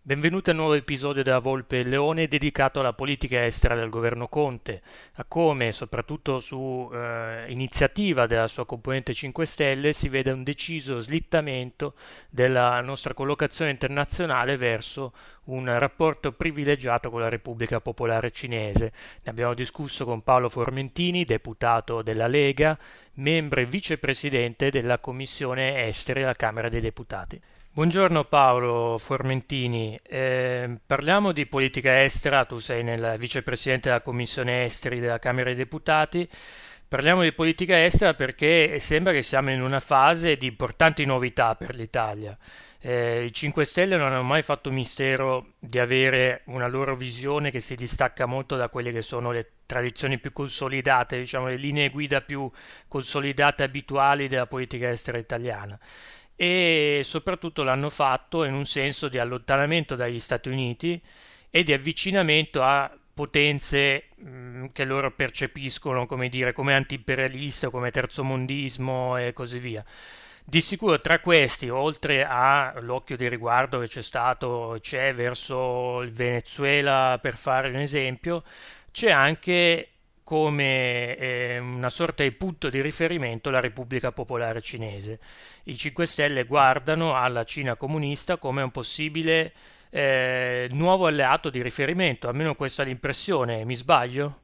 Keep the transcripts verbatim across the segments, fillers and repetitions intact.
Benvenuti al nuovo episodio della Volpe e il Leone dedicato alla politica estera del governo Conte, a come, soprattutto su eh, iniziativa della sua componente cinque Stelle, si vede un deciso slittamento della nostra collocazione internazionale verso un rapporto privilegiato con la Repubblica Popolare Cinese. Ne abbiamo discusso con Paolo Formentini, deputato della Lega, membro e vicepresidente della Commissione Esteri alla Camera dei Deputati. Buongiorno Paolo Formentini. Eh, parliamo di politica estera, tu sei nel vicepresidente della Commissione Esteri della Camera dei Deputati. Parliamo di politica estera perché sembra che siamo in una fase di importanti novità per l'Italia. Eh, I cinque Stelle non hanno mai fatto mistero di avere una loro visione che si distacca molto da quelle che sono le tradizioni più consolidate, diciamo le linee guida più consolidate e abituali della politica estera italiana, e soprattutto l'hanno fatto in un senso di allontanamento dagli Stati Uniti e di avvicinamento a potenze mh, che loro percepiscono, come dire, come antiimperialiste o come terzomondismo e così via. Di sicuro tra questi, oltre all'occhio di riguardo che c'è stato, c'è verso il Venezuela, per fare un esempio, c'è anche come eh, una sorta di punto di riferimento la Repubblica Popolare Cinese. I cinque Stelle guardano alla Cina comunista come un possibile eh, nuovo alleato di riferimento, almeno questa è l'impressione, mi sbaglio?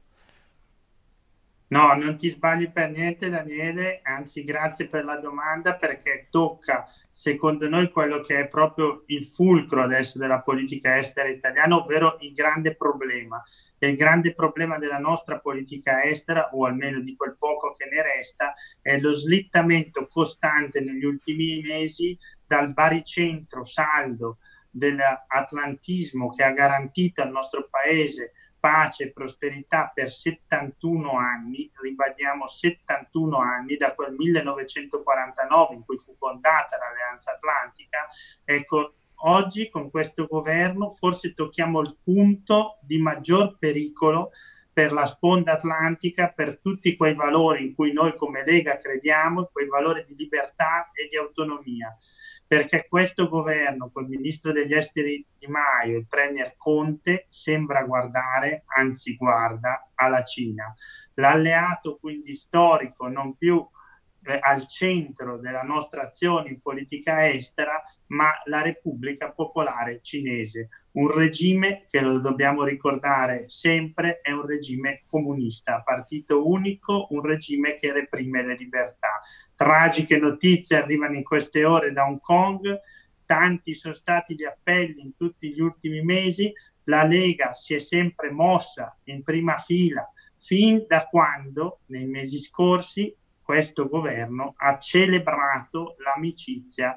No, non ti sbagli per niente, Daniele, anzi grazie per la domanda perché tocca, secondo noi, quello che è proprio il fulcro adesso della politica estera italiana, ovvero il grande problema. E il grande problema della nostra politica estera, o almeno di quel poco che ne resta, è lo slittamento costante negli ultimi mesi dal baricentro saldo dell'atlantismo che ha garantito al nostro paese pace e prosperità per settantuno anni, ribadiamo settantuno anni, da quel millenovecentoquarantanove in cui fu fondata l'Alleanza Atlantica. Ecco, oggi con questo governo forse tocchiamo il punto di maggior pericolo per la sponda atlantica, per tutti quei valori in cui noi come Lega crediamo, quei valori di libertà e di autonomia, perché questo governo, col ministro degli esteri Di Maio, il premier Conte, sembra guardare, anzi guarda, alla Cina. L'alleato quindi storico, non più eh, al centro della nostra azione in politica estera, ma la Repubblica Popolare Cinese, un regime che, lo dobbiamo ricordare sempre, è un regime comunista, partito unico, un regime che reprime le libertà. Tragiche notizie arrivano in queste ore da Hong Kong, tanti sono stati gli appelli in tutti gli ultimi mesi, la Lega si è sempre mossa in prima fila fin da quando, nei mesi scorsi, questo governo ha celebrato l'amicizia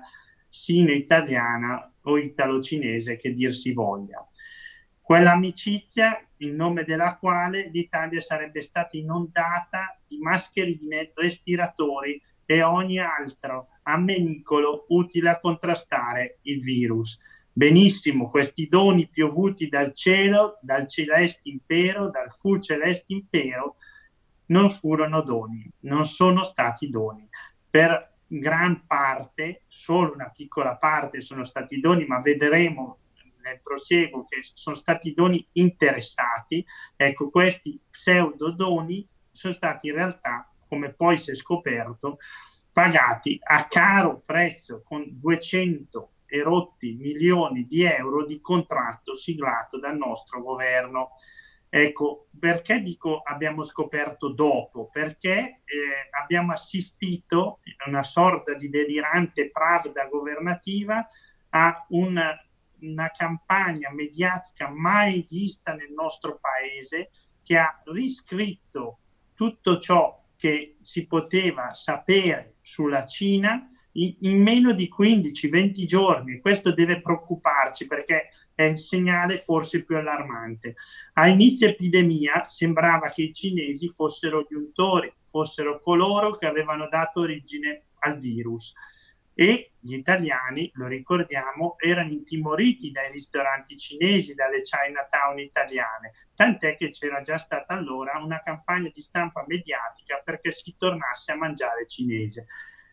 sino-italiana o italo-cinese, che dir si voglia. Quell'amicizia in nome della quale l'Italia sarebbe stata inondata di mascherine, respiratori e ogni altro ammenicolo utile a contrastare il virus. Benissimo, questi doni piovuti dal cielo, dal celeste impero, dal fu celeste impero, non furono doni, non sono stati doni. Per gran parte, solo una piccola parte sono stati doni, ma vedremo nel prosieguo che sono stati doni interessati. Ecco, questi pseudo doni sono stati in realtà, come poi si è scoperto, pagati a caro prezzo con duecento e rotti milioni di euro di contratto siglato dal nostro governo. Ecco, perché dico abbiamo scoperto dopo? Perché eh, abbiamo assistito a una sorta di delirante pravda governativa a una, una campagna mediatica mai vista nel nostro paese, che ha riscritto tutto ciò che si poteva sapere sulla Cina in, in meno di quindici venti giorni. Questo deve preoccuparci perché è il segnale forse più allarmante. A inizio epidemia sembrava che i cinesi fossero gli untori, fossero coloro che avevano dato origine al virus, e gli italiani, lo ricordiamo, erano intimoriti dai ristoranti cinesi, dalle Chinatown italiane, tant'è che c'era già stata allora una campagna di stampa mediatica perché si tornasse a mangiare cinese.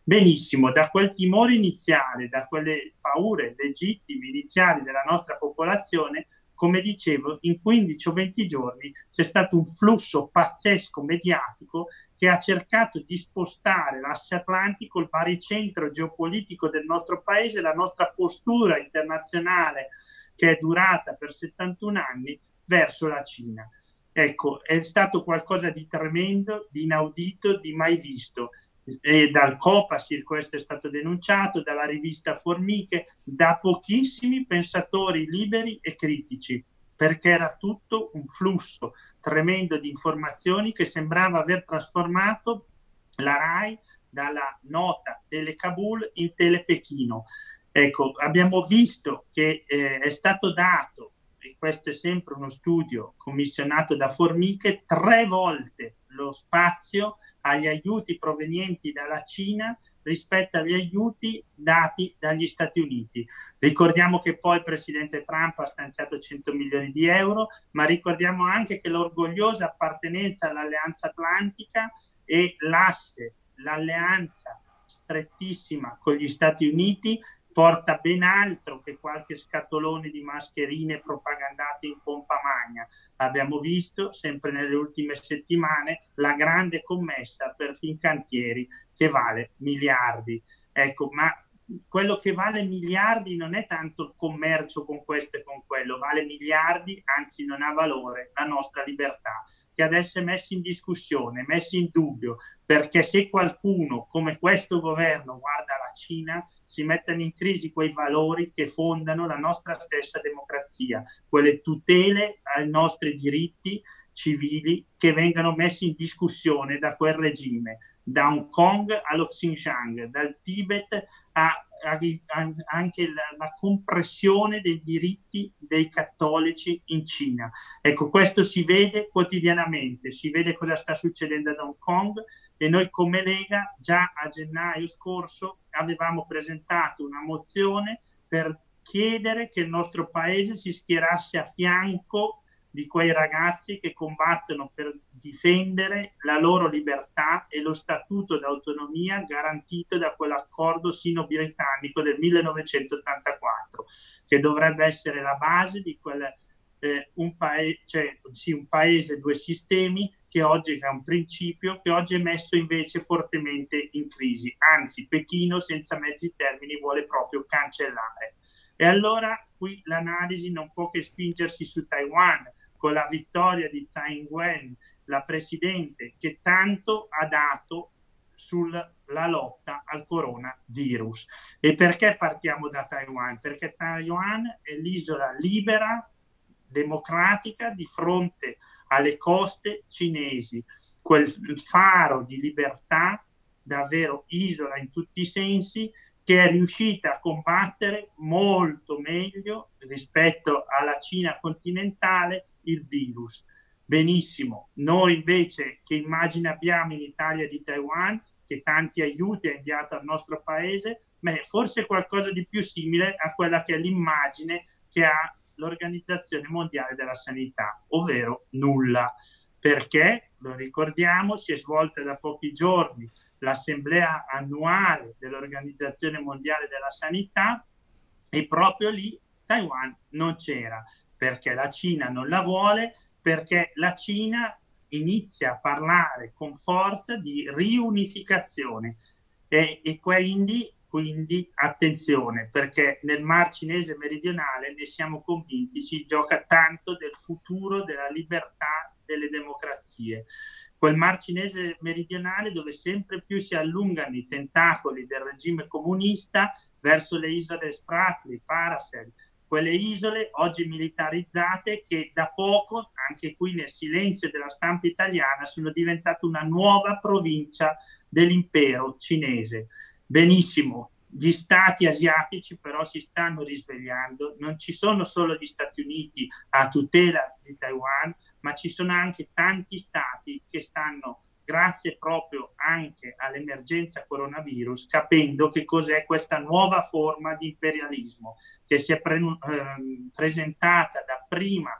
Benissimo, da quel timore iniziale, da quelle paure legittime iniziali della nostra popolazione, come dicevo, in quindici o venti giorni c'è stato un flusso pazzesco mediatico che ha cercato di spostare l'asse atlantico, il baricentro geopolitico del nostro paese, la nostra postura internazionale che è durata per settantuno anni verso la Cina. Ecco, è stato qualcosa di tremendo, di inaudito, di mai visto. E dal Copasir questo è stato denunciato, dalla rivista Formiche, da pochissimi pensatori liberi e critici, perché era tutto un flusso tremendo di informazioni che sembrava aver trasformato la RAI dalla nota Tele Kabul in Tele Pechino. Ecco, abbiamo visto che eh, è stato dato, e questo è sempre uno studio commissionato da Formiche, tre volte lo spazio agli aiuti provenienti dalla Cina rispetto agli aiuti dati dagli Stati Uniti. Ricordiamo che poi il presidente Trump ha stanziato cento milioni di euro, ma ricordiamo anche che l'orgogliosa appartenenza all'Alleanza Atlantica e l'asse, l'alleanza strettissima con gli Stati Uniti porta ben altro che qualche scatolone di mascherine propagandate in pompa magna. Abbiamo visto, sempre nelle ultime settimane, la grande commessa per Fincantieri che vale miliardi. Ecco, ma quello che vale miliardi non è tanto il commercio con questo e con quello, vale miliardi, anzi non ha valore la nostra libertà, che adesso è messa in discussione, messa in dubbio, perché se qualcuno come questo governo guarda la Cina, si mettono in crisi quei valori che fondano la nostra stessa democrazia, quelle tutele ai nostri diritti civili che vengano messi in discussione da quel regime, da Hong Kong allo Xinjiang, dal Tibet a, a, a anche la, la compressione dei diritti dei cattolici in Cina. Ecco, questo si vede quotidianamente, si vede cosa sta succedendo ad Hong Kong e noi come Lega già a gennaio scorso avevamo presentato una mozione per chiedere che il nostro paese si schierasse a fianco di quei ragazzi che combattono per difendere la loro libertà e lo statuto d'autonomia garantito da quell'accordo sino-britannico del millenovecentottantaquattro, che dovrebbe essere la base di quel eh, un, paese, cioè, sì, un paese, due sistemi, che oggi è un principio che oggi è messo invece fortemente in crisi. Anzi, Pechino senza mezzi termini vuole proprio cancellare. E allora qui l'analisi non può che spingersi su Taiwan, con la vittoria di Tsai Ing-wen, la presidente che tanto ha dato sulla lotta al coronavirus. E perché partiamo da Taiwan? Perché Taiwan è l'isola libera, democratica, di fronte alle coste cinesi, quel faro di libertà, davvero isola in tutti i sensi, che è riuscita a combattere molto meglio rispetto alla Cina continentale il virus. Benissimo, noi invece che immagine abbiamo in Italia di Taiwan, che tanti aiuti ha inviato al nostro paese, beh, forse qualcosa di più simile a quella che è l'immagine che ha l'Organizzazione Mondiale della Sanità, ovvero nulla. Perché, lo ricordiamo, si è svolta da pochi giorni l'assemblea annuale dell'Organizzazione Mondiale della Sanità e proprio lì Taiwan non c'era, perché la Cina non la vuole, perché la Cina inizia a parlare con forza di riunificazione e, e quindi, quindi attenzione, perché nel Mar Cinese meridionale ne siamo convinti si gioca tanto del futuro della libertà delle democrazie. Quel Mar Cinese meridionale dove sempre più si allungano i tentacoli del regime comunista verso le isole Spratly, Paracel, quelle isole oggi militarizzate che da poco, anche qui nel silenzio della stampa italiana, sono diventate una nuova provincia dell'impero cinese. Benissimo, gli stati asiatici però si stanno risvegliando, non ci sono solo gli Stati Uniti a tutela di Taiwan, ma ci sono anche tanti stati che stanno, grazie proprio anche all'emergenza coronavirus, capendo che cos'è questa nuova forma di imperialismo che si è pre- eh, presentata dapprima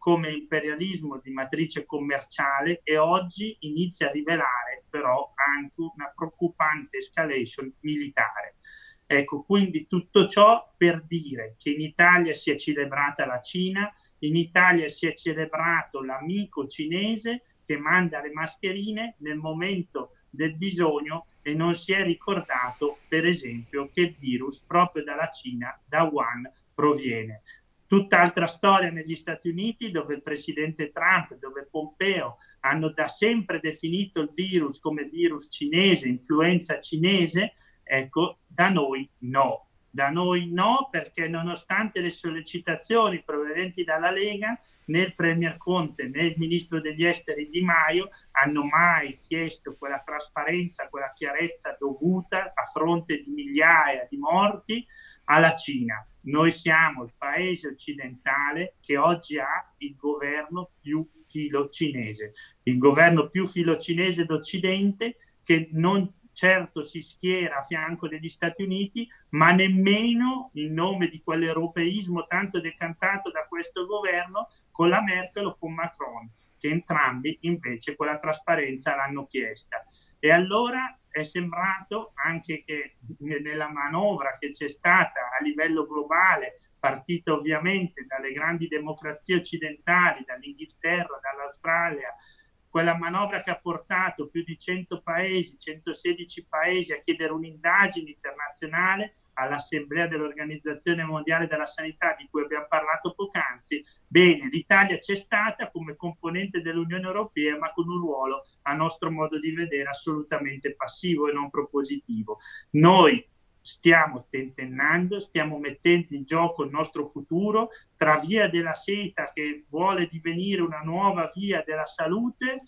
come imperialismo di matrice commerciale e oggi inizia a rivelare però anche una preoccupante escalation militare. Ecco, quindi tutto ciò per dire che in Italia si è celebrata la Cina, in Italia si è celebrato l'amico cinese che manda le mascherine nel momento del bisogno e non si è ricordato, per esempio, che il virus proprio dalla Cina, da Wuhan, proviene. Tutt'altra storia negli Stati Uniti, dove il presidente Trump, dove Pompeo hanno da sempre definito il virus come virus cinese, influenza cinese. Ecco, da noi no. Da noi no, perché nonostante le sollecitazioni provenienti dalla Lega, né il Premier Conte né il Ministro degli Esteri Di Maio hanno mai chiesto quella trasparenza, quella chiarezza dovuta a fronte di migliaia di morti alla Cina. Noi siamo il paese occidentale che oggi ha il governo più filo cinese, il governo più filo cinese d'Occidente, che non certo si schiera a fianco degli Stati Uniti, ma nemmeno in nome di quell'europeismo tanto decantato da questo governo con la Merkel o con Macron, che entrambi invece quella trasparenza l'hanno chiesta. E allora è sembrato anche che nella manovra che c'è stata a livello globale, partita ovviamente dalle grandi democrazie occidentali, dall'Inghilterra, dall'Australia, quella manovra che ha portato più di cento paesi, centosedici paesi a chiedere un'indagine internazionale all'Assemblea dell'Organizzazione Mondiale della Sanità, di cui abbiamo parlato poc'anzi. Bene, l'Italia c'è stata come componente dell'Unione Europea, ma con un ruolo, a nostro modo di vedere, assolutamente passivo e non propositivo. Noi stiamo tentennando, stiamo mettendo in gioco il nostro futuro tra via della seta, che vuole divenire una nuova via della salute,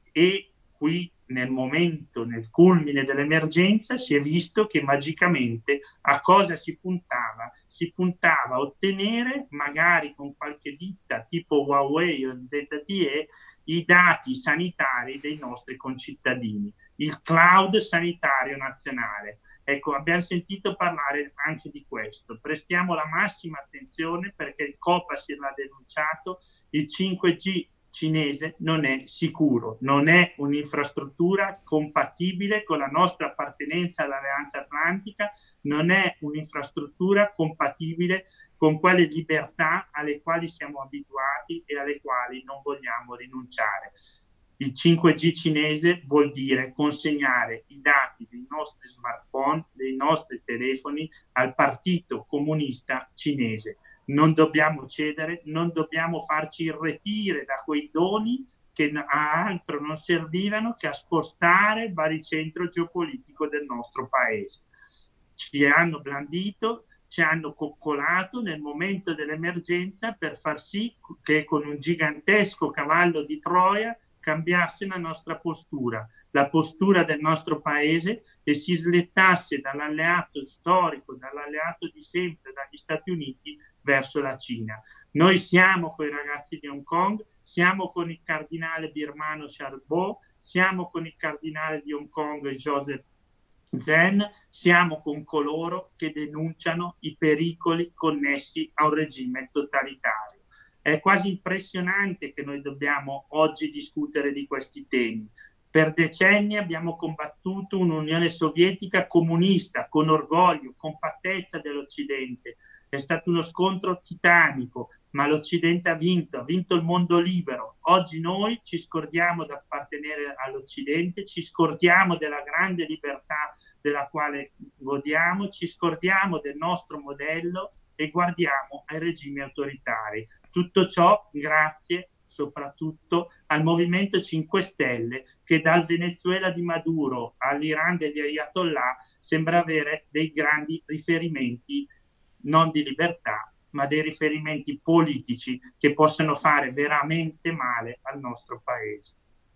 e qui nel momento, nel culmine dell'emergenza, si è visto che magicamente a cosa si puntava? Si puntava a ottenere, magari con qualche ditta tipo Huawei o Z T E, i dati sanitari dei nostri concittadini, il cloud sanitario nazionale. Ecco, abbiamo sentito parlare anche di questo. Prestiamo la massima attenzione, perché il Copasir l'ha denunciato, il cinque G cinese non è sicuro, non è un'infrastruttura compatibile con la nostra appartenenza all'Alleanza Atlantica, non è un'infrastruttura compatibile con quelle libertà alle quali siamo abituati e alle quali non vogliamo rinunciare. Il cinque G cinese vuol dire consegnare i dati dei nostri smartphone, dei nostri telefoni al Partito Comunista Cinese. Non dobbiamo cedere, non dobbiamo farci irretire da quei doni che a altro non servivano che a spostare il baricentro geopolitico del nostro paese. Ci hanno blandito, ci hanno coccolato nel momento dell'emergenza per far sì che con un gigantesco cavallo di Troia cambiasse la nostra postura, la postura del nostro paese, e si slettasse dall'alleato storico, dall'alleato di sempre, dagli Stati Uniti, verso la Cina. Noi siamo con i ragazzi di Hong Kong, siamo con il cardinale birmano Charles, siamo con il cardinale di Hong Kong Joseph Zen, siamo con coloro che denunciano i pericoli connessi a un regime totalitario. È quasi impressionante che noi dobbiamo oggi discutere di questi temi. Per decenni abbiamo combattuto un'Unione Sovietica comunista, con orgoglio, compattezza dell'Occidente. È stato uno scontro titanico, ma l'Occidente ha vinto, ha vinto il mondo libero. Oggi noi ci scordiamo di appartenere all'Occidente, ci scordiamo della grande libertà della quale godiamo, ci scordiamo del nostro modello e guardiamo ai regimi autoritari. Tutto ciò grazie soprattutto al Movimento cinque Stelle, che dal Venezuela di Maduro all'Iran degli Ayatollah sembra avere dei grandi riferimenti non di libertà, ma dei riferimenti politici che possono fare veramente male al nostro paese.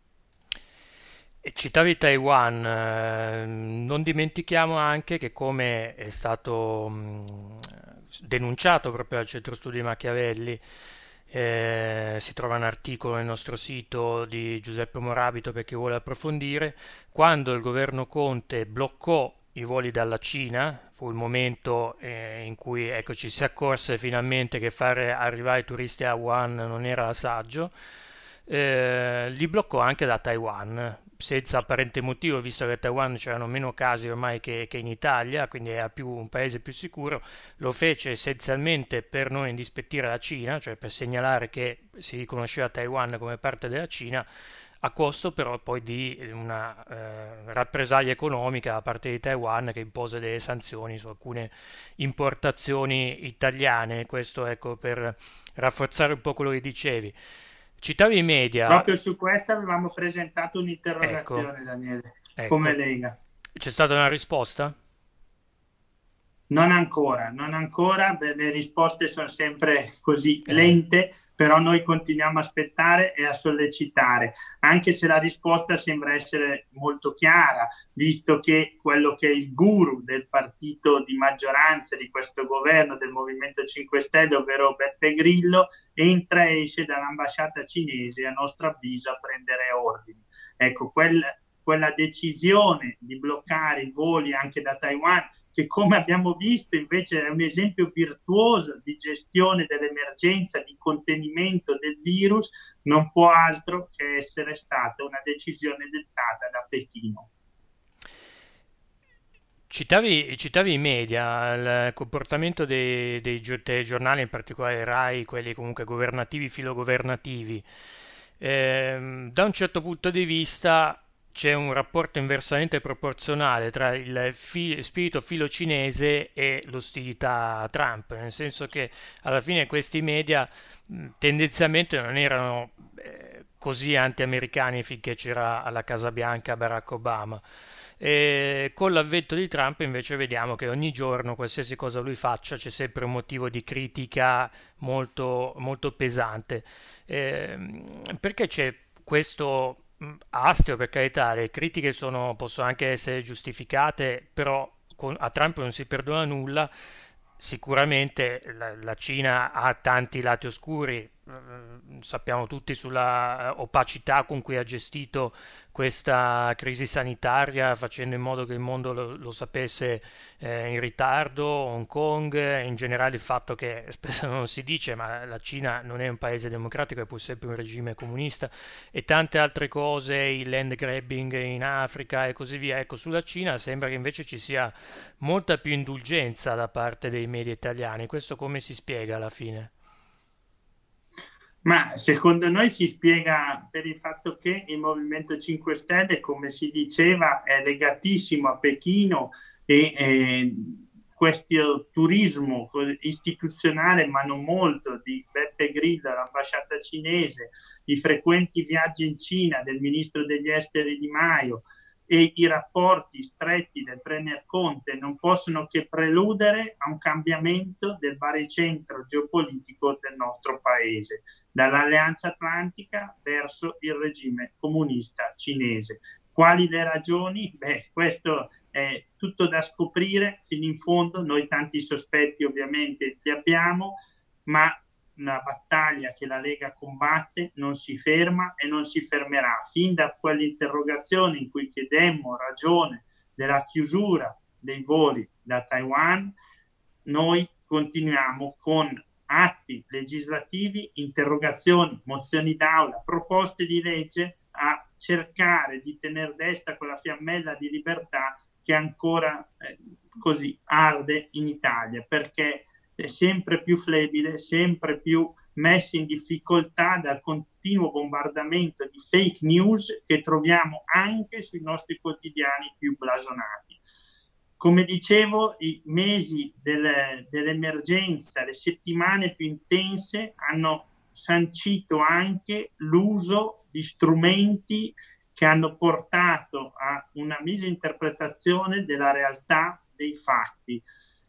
E citavi Taiwan, eh, non dimentichiamo anche che, come è stato mh, denunciato proprio al Centro Studi Machiavelli, eh, si trova un articolo nel nostro sito di Giuseppe Morabito per chi vuole approfondire, quando il governo Conte bloccò i voli dalla Cina, fu il momento eh, in cui ecco, ci si accorse finalmente che fare arrivare i turisti a Wuhan non era saggio. Eh, li bloccò anche da Taiwan, senza apparente motivo, visto che a Taiwan c'erano meno casi ormai che, che in Italia, quindi era più, un paese più sicuro. Lo fece essenzialmente per non indispettire la Cina, cioè per segnalare che si riconosceva Taiwan come parte della Cina, a costo però poi di una eh, rappresaglia economica da parte di Taiwan, che impose delle sanzioni su alcune importazioni italiane. Questo ecco per rafforzare un po' quello che dicevi. Citavi i media, Proprio su questo avevamo presentato ecco, un'interrogazione, Daniele, come ecco. Lega. C'è stata una risposta? Non ancora, non ancora, beh, le risposte sono sempre così Eh, lente, però noi continuiamo a aspettare e a sollecitare, anche se la risposta sembra essere molto chiara, visto che quello che è il guru del partito di maggioranza di questo governo, del Movimento cinque Stelle, ovvero Beppe Grillo, entra e esce dall'ambasciata cinese, a nostro avviso, a prendere ordini. Ecco, quel quella decisione di bloccare i voli anche da Taiwan, che come abbiamo visto invece è un esempio virtuoso di gestione dell'emergenza, di contenimento del virus, non può altro che essere stata una decisione dettata da Pechino. Citavi, citavi i media, il comportamento dei, dei gio- telegiornali, in particolare RAI, quelli comunque governativi, filogovernativi. Ehm, da un certo punto di vista c'è un rapporto inversamente proporzionale tra il fi- spirito filo-cinese e l'ostilità a Trump, nel senso che alla fine questi media mh, tendenzialmente non erano eh, così anti-americani finché c'era alla Casa Bianca Barack Obama. E con l'avvento di Trump invece vediamo che ogni giorno, qualsiasi cosa lui faccia, c'è sempre un motivo di critica molto, molto pesante. Ehm, perché c'è questo mh, astio, per carità, le critiche sono, possono anche essere giustificate, però con- a Trump non si perdona nulla. Sicuramente la, la Cina ha tanti lati oscuri, eh, sappiamo tutti sulla eh, opacità con cui ha gestito questa crisi sanitaria, facendo in modo che il mondo lo, lo sapesse eh, in ritardo, Hong Kong, in generale il fatto che spesso non si dice, ma la Cina non è un paese democratico, è pur sempre un regime comunista, e tante altre cose, il land grabbing in Africa e così via. Ecco, sulla Cina sembra che invece ci sia molta più indulgenza da parte dei media italiani. Questo come si spiega alla fine? Ma secondo noi si spiega per il fatto che il Movimento cinque Stelle, come si diceva, è legatissimo a Pechino e eh, questo turismo istituzionale, ma non molto, di Beppe Grillo all'ambasciata cinese, i frequenti viaggi in Cina del ministro degli esteri Di Maio e i rapporti stretti del Premier Conte non possono che preludere a un cambiamento del baricentro geopolitico del nostro paese, dall'Alleanza Atlantica verso il regime comunista cinese. Quali le ragioni? Beh, questo è tutto da scoprire fino in fondo. Noi tanti sospetti ovviamente li abbiamo, ma una battaglia che la Lega combatte non si ferma e non si fermerà. Fin da quell'interrogazione in cui chiedemmo ragione della chiusura dei voli da Taiwan, noi continuiamo con atti legislativi, interrogazioni, mozioni d'aula, proposte di legge a cercare di tenere desta quella fiammella di libertà che ancora eh, così arde in Italia, perché è sempre più flebile, sempre più messa in difficoltà dal continuo bombardamento di fake news che troviamo anche sui nostri quotidiani più blasonati. Come dicevo, i mesi del, dell'emergenza, le settimane più intense hanno sancito anche l'uso di strumenti che hanno portato a una misinterpretazione della realtà dei fatti.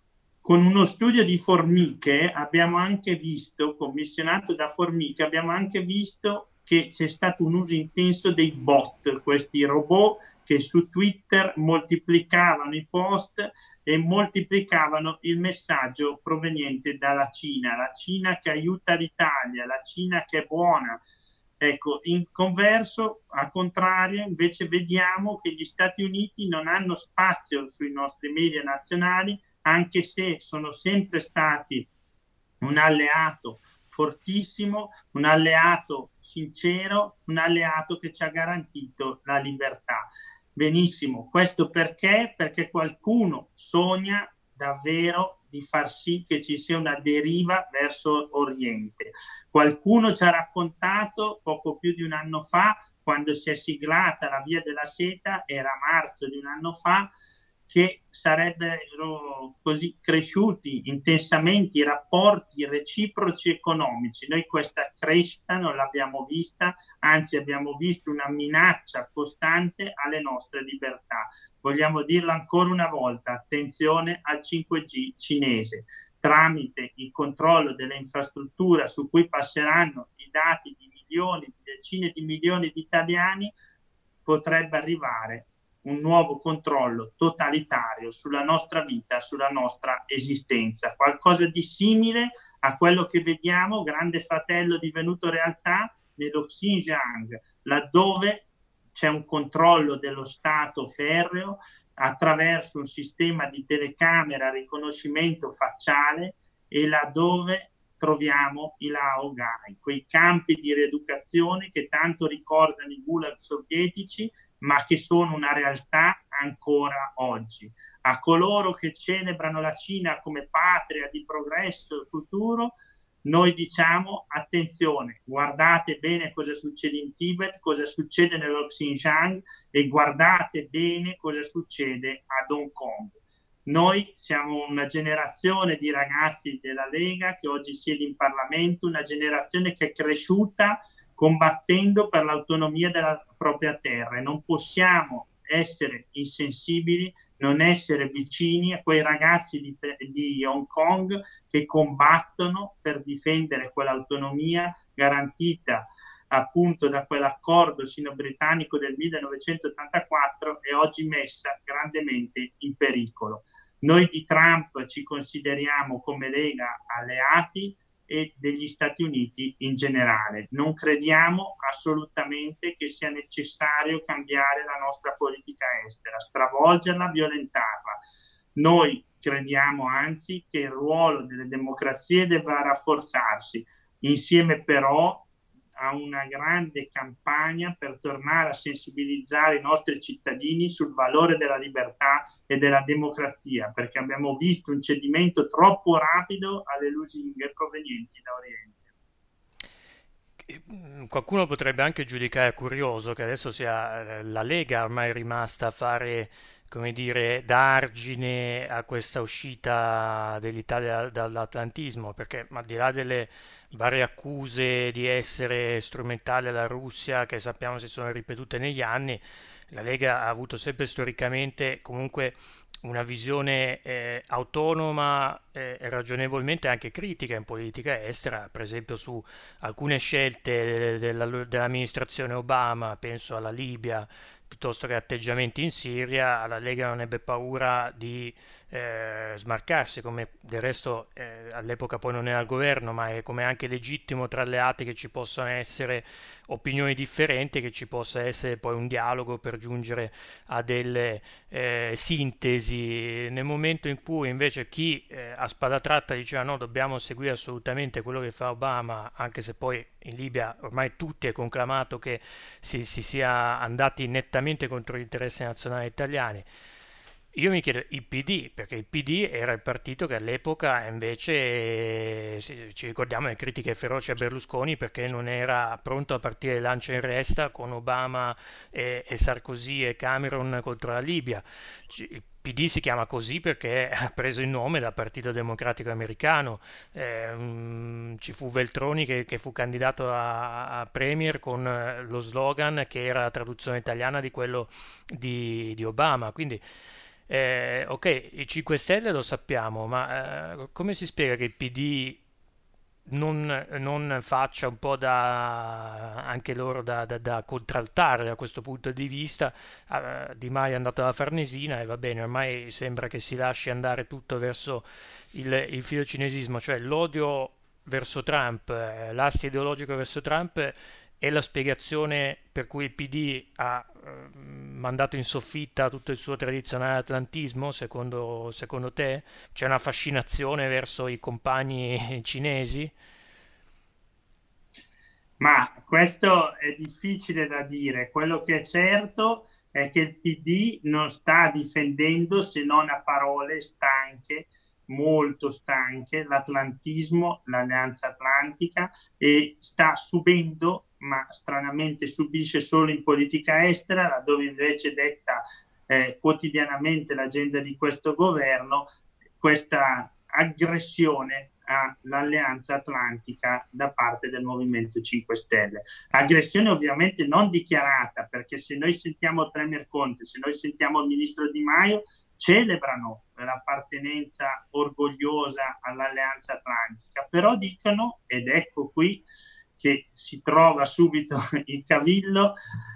Con uno studio di Formiche abbiamo anche visto, commissionato da Formiche, abbiamo anche visto che c'è stato un uso intenso dei bot, questi robot che su Twitter moltiplicavano i post e moltiplicavano il messaggio proveniente dalla Cina, la Cina che aiuta l'Italia, la Cina che è buona. Ecco, in converso, a contrario, invece vediamo che gli Stati Uniti non hanno spazio sui nostri media nazionali, anche se sono sempre stati un alleato fortissimo, un alleato sincero, un alleato che ci ha garantito la libertà. Benissimo, questo perché? Perché qualcuno sogna davvero di far sì che ci sia una deriva verso Oriente. Qualcuno ci ha raccontato poco più di un anno fa, quando si è siglata la Via della Seta, era marzo di un anno fa, che sarebbero così cresciuti intensamente i rapporti reciproci economici. Noi questa crescita non l'abbiamo vista, anzi abbiamo visto una minaccia costante alle nostre libertà. Vogliamo dirlo ancora una volta, attenzione al cinque G cinese. Tramite il controllo delle infrastrutture su cui passeranno i dati di milioni, di decine di milioni di italiani, potrebbe arrivare un nuovo controllo totalitario sulla nostra vita, sulla nostra esistenza, qualcosa di simile a quello che vediamo, Grande Fratello divenuto realtà, nello Xinjiang, laddove c'è un controllo dello Stato ferreo attraverso un sistema di telecamera a riconoscimento facciale e laddove troviamo i laogai, quei campi di rieducazione che tanto ricordano i gulag sovietici, ma che sono una realtà ancora oggi. A coloro che celebrano la Cina come patria di progresso futuro, noi diciamo attenzione, guardate bene cosa succede in Tibet, cosa succede nello Xinjiang e guardate bene cosa succede ad Hong Kong. Noi siamo una generazione di ragazzi della Lega che oggi siede in Parlamento, una generazione che è cresciuta combattendo per l'autonomia della propria terra e non possiamo essere insensibili, non essere vicini a quei ragazzi di, di Hong Kong che combattono per difendere quell'autonomia garantita appunto da quell'accordo sino-britannico del millenovecentottantaquattro e oggi messa grandemente in pericolo. Noi di Trump ci consideriamo come Lega alleati e degli Stati Uniti in generale. Non crediamo assolutamente che sia necessario cambiare la nostra politica estera, stravolgerla, violentarla. Noi crediamo anzi che il ruolo delle democrazie debba rafforzarsi, insieme però a una grande campagna per tornare a sensibilizzare i nostri cittadini sul valore della libertà e della democrazia, perché abbiamo visto un cedimento troppo rapido alle lusinghe provenienti da Oriente. Qualcuno potrebbe anche giudicare curioso che adesso sia la Lega ormai rimasta a fare, come dire, da argine a questa uscita dell'Italia dall'atlantismo, perché al di là delle varie accuse di essere strumentale alla Russia, che sappiamo si sono ripetute negli anni, la Lega ha avuto sempre storicamente comunque una visione eh, autonoma eh, e ragionevolmente anche critica in politica estera, per esempio su alcune scelte della- dell'amministrazione Obama, penso alla Libia, piuttosto che atteggiamenti in Siria, la Lega non ebbe paura di eh, smarcarsi, come del resto eh, all'epoca poi non era al governo, ma è come anche legittimo tra alleati che ci possano essere opinioni differenti, che ci possa essere poi un dialogo per giungere a delle eh, sintesi. Nel momento in cui invece chi eh, a spada tratta diceva no, dobbiamo seguire assolutamente quello che fa Obama, anche se poi in Libia ormai tutti è conclamato che si, si sia andati nettamente contro gli interessi nazionali italiani. Io mi chiedo, il P D, perché il P D era il partito che all'epoca invece, eh, sì, ci ricordiamo le critiche feroci a Berlusconi perché non era pronto a partire lancia in resta con Obama e, e Sarkozy e Cameron contro la Libia. Ci- Il P D si chiama così perché ha preso il nome dal Partito Democratico Americano. Eh, mm, ci fu Veltroni che, che fu candidato a, a Premier con eh, lo slogan che era la traduzione italiana di quello di, di Obama. Quindi eh, ok, i cinque Stelle lo sappiamo, ma eh, come si spiega che il P D non, non faccia un po' da anche loro da, da- da contraltare da questo punto di vista? Eh, Di Maio è andato alla Farnesina e va bene, ormai sembra che si lasci andare tutto verso il, il filocinesismo, cioè l'odio verso Trump, eh, l'astio ideologico verso Trump è la spiegazione per cui il P D ha eh, mandato in soffitta tutto il suo tradizionale atlantismo, secondo, secondo te? C'è una fascinazione verso i compagni cinesi? Ma questo è difficile da dire. Quello che è certo è che il P D non sta difendendo, se non a parole stanche, molto stanche, l'atlantismo, l'Alleanza Atlantica, e sta subendo, ma stranamente subisce solo in politica estera, laddove invece detta eh, quotidianamente l'agenda di questo governo, questa aggressione all'Alleanza Atlantica da parte del Movimento cinque Stelle. Aggressione ovviamente non dichiarata, perché se noi sentiamo il Premier Conte, se noi sentiamo il Ministro Di Maio, celebrano l'appartenenza orgogliosa all'Alleanza Atlantica, però dicono, ed ecco qui che si trova subito il cavillo,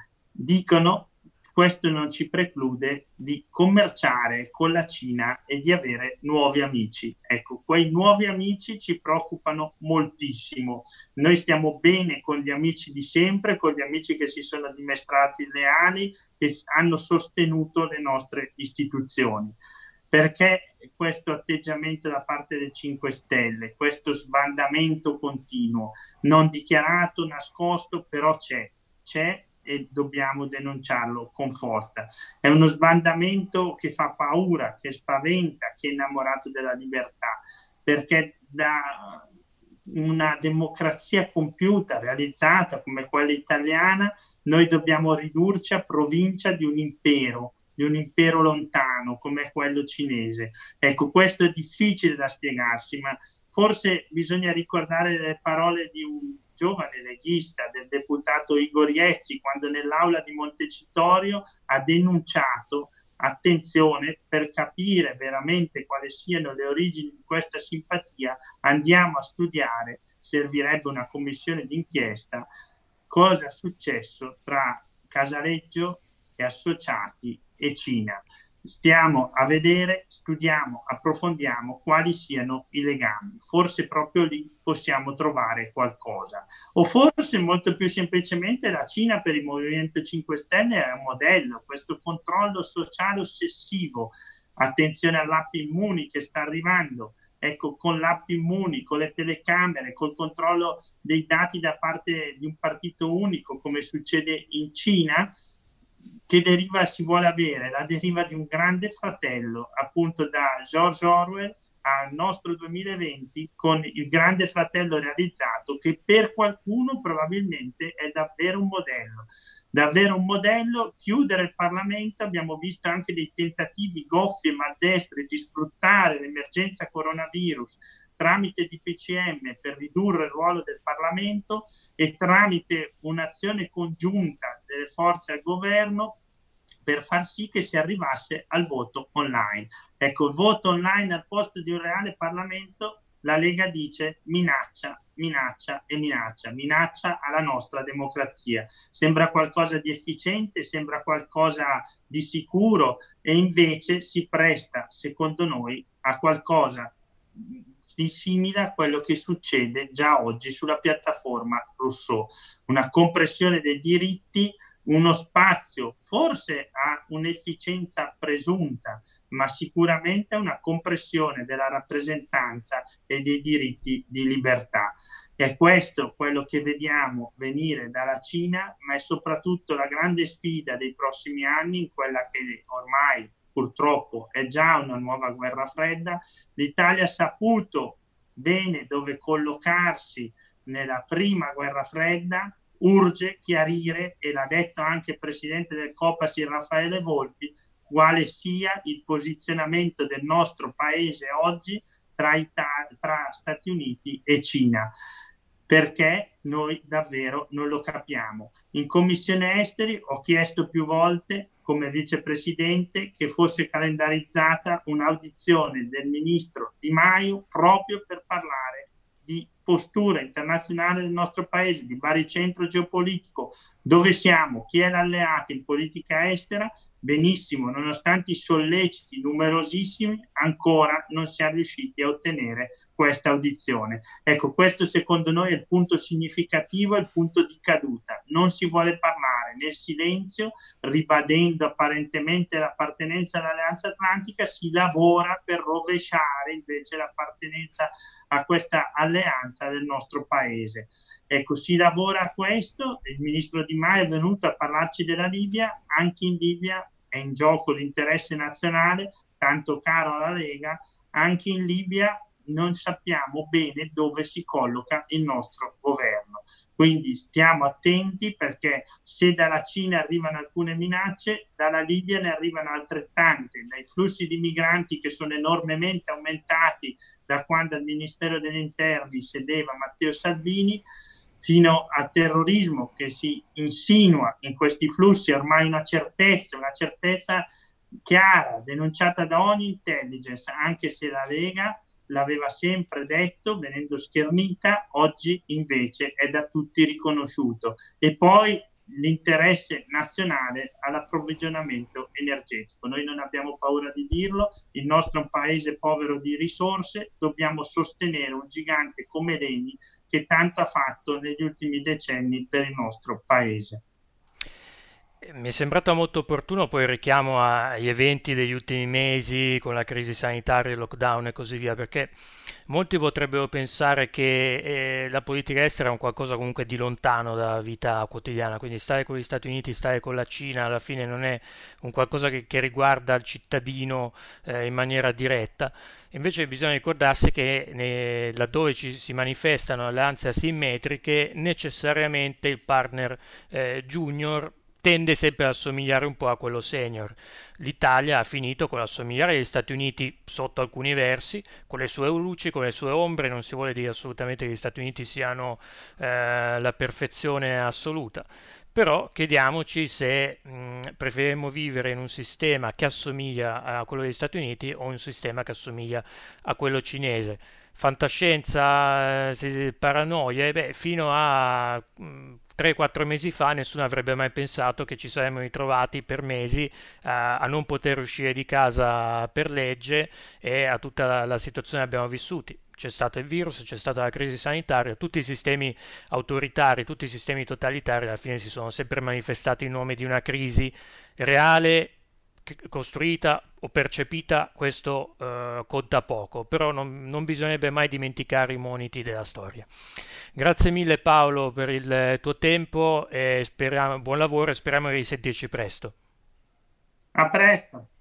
dicono: questo non ci preclude di commerciare con la Cina e di avere nuovi amici. Ecco, quei nuovi amici ci preoccupano moltissimo. Noi stiamo bene con gli amici di sempre, con gli amici che si sono dimostrati leali, che hanno sostenuto le nostre istituzioni. Perché questo atteggiamento da parte dei cinque Stelle, questo sbandamento continuo, non dichiarato, nascosto, però c'è, c'è e dobbiamo denunciarlo con forza. È uno sbandamento che fa paura, che spaventa, che è innamorato della libertà, perché da una democrazia compiuta, realizzata come quella italiana, noi dobbiamo ridurci a provincia di un impero, di un impero lontano come quello cinese. Ecco, questo è difficile da spiegarsi, ma forse bisogna ricordare le parole di un giovane leghista, del deputato Igor Iezzi, quando nell'aula di Montecitorio ha denunciato: attenzione, per capire veramente quali siano le origini di questa simpatia, andiamo a studiare, servirebbe una commissione d'inchiesta, cosa è successo tra Casaleggio e associati e Cina. Stiamo a vedere, studiamo, approfondiamo quali siano i legami. Forse proprio lì possiamo trovare qualcosa. O forse molto più semplicemente la Cina per il Movimento cinque Stelle è un modello, questo controllo sociale ossessivo. Attenzione all'app Immuni che sta arrivando. Ecco, con l'app Immuni, con le telecamere, col controllo dei dati da parte di un partito unico, come succede in Cina, che deriva si vuole avere? La deriva di un grande fratello, appunto da George Orwell al nostro duemilaventi, con il grande fratello realizzato, che per qualcuno probabilmente è davvero un modello. Davvero un modello. Chiudere il Parlamento, abbiamo visto anche dei tentativi goffi e maldestri di sfruttare l'emergenza coronavirus tramite D P C M per ridurre il ruolo del Parlamento e tramite un'azione congiunta delle forze al governo per far sì che si arrivasse al voto online. Ecco, il voto online al posto di un reale Parlamento, la Lega dice minaccia, minaccia e minaccia, minaccia alla nostra democrazia. Sembra qualcosa di efficiente, sembra qualcosa di sicuro, e invece si presta, secondo noi, a qualcosa di simile a quello che succede già oggi sulla piattaforma Rousseau. Una compressione dei diritti, uno spazio forse a un'efficienza presunta, ma sicuramente una compressione della rappresentanza e dei diritti di libertà. È questo quello che vediamo venire dalla Cina, ma è soprattutto la grande sfida dei prossimi anni, in quella che ormai purtroppo è già una nuova guerra fredda. L'Italia ha saputo bene dove collocarsi nella prima guerra fredda. Urge chiarire, e l'ha detto anche il presidente del Copasir Raffaele Volpi, quale sia il posizionamento del nostro paese oggi tra, Italia, tra Stati Uniti e Cina, perché noi davvero non lo capiamo. In Commissione Esteri ho chiesto più volte, come vicepresidente, che fosse calendarizzata un'audizione del ministro Di Maio proprio per parlare di postura internazionale del nostro paese, di baricentro geopolitico, dove siamo, chi è l'alleato in politica estera, benissimo, nonostante i solleciti numerosissimi, ancora non siamo riusciti a ottenere questa audizione. Ecco, questo secondo noi è il punto significativo, è il punto di caduta. Non si vuole parlare nel silenzio, ribadendo apparentemente l'appartenenza all'Alleanza Atlantica, si lavora per rovesciare invece l'appartenenza a questa alleanza del nostro paese. Ecco, si lavora a questo. Il ministro Di Maio è venuto a parlarci della Libia. Anche in Libia è in gioco l'interesse nazionale, tanto caro alla Lega. Anche in Libia non sappiamo bene dove si colloca il nostro governo. Quindi stiamo attenti, perché se dalla Cina arrivano alcune minacce, dalla Libia ne arrivano altrettante, dai flussi di migranti che sono enormemente aumentati da quando al Ministero degli Interni sedeva Matteo Salvini, fino al terrorismo che si insinua in questi flussi, ormai una certezza, una certezza chiara, denunciata da ogni intelligence, anche se la Lega l'aveva sempre detto, venendo schernita, oggi invece è da tutti riconosciuto. E poi l'interesse nazionale all'approvvigionamento energetico. Noi non abbiamo paura di dirlo, il nostro è un paese povero di risorse, dobbiamo sostenere un gigante come l'Eni che tanto ha fatto negli ultimi decenni per il nostro paese. Mi è sembrato molto opportuno poi il richiamo agli eventi degli ultimi mesi con la crisi sanitaria, il lockdown e così via, perché molti potrebbero pensare che eh, la politica estera è un qualcosa comunque di lontano dalla vita quotidiana, quindi stare con gli Stati Uniti, stare con la Cina, alla fine non è un qualcosa che, che riguarda il cittadino eh, in maniera diretta. Invece bisogna ricordarsi che ne- laddove ci si manifestano alleanze asimmetriche, necessariamente il partner eh, junior tende sempre a assomigliare un po' a quello senior. L'Italia ha finito con l'assomigliare agli Stati Uniti sotto alcuni versi, con le sue luci, con le sue ombre. Non si vuole dire assolutamente che gli Stati Uniti siano eh, la perfezione assoluta, però chiediamoci se mh, preferiremo vivere in un sistema che assomiglia a quello degli Stati Uniti o un sistema che assomiglia a quello cinese. Fantascienza, eh, se- paranoia, beh, fino a mh, tre quattro mesi fa nessuno avrebbe mai pensato che ci saremmo ritrovati per mesi a, a non poter uscire di casa per legge e a tutta la, la situazione che abbiamo vissuti. C'è stato il virus, c'è stata la crisi sanitaria, tutti i sistemi autoritari, tutti i sistemi totalitari alla fine si sono sempre manifestati in nome di una crisi reale, costruita o percepita. Questo eh, conta poco, però non, non bisognerebbe mai dimenticare i moniti della storia. Grazie mille Paolo per il tuo tempo e speriamo, buon lavoro e speriamo di risentirci presto. A presto.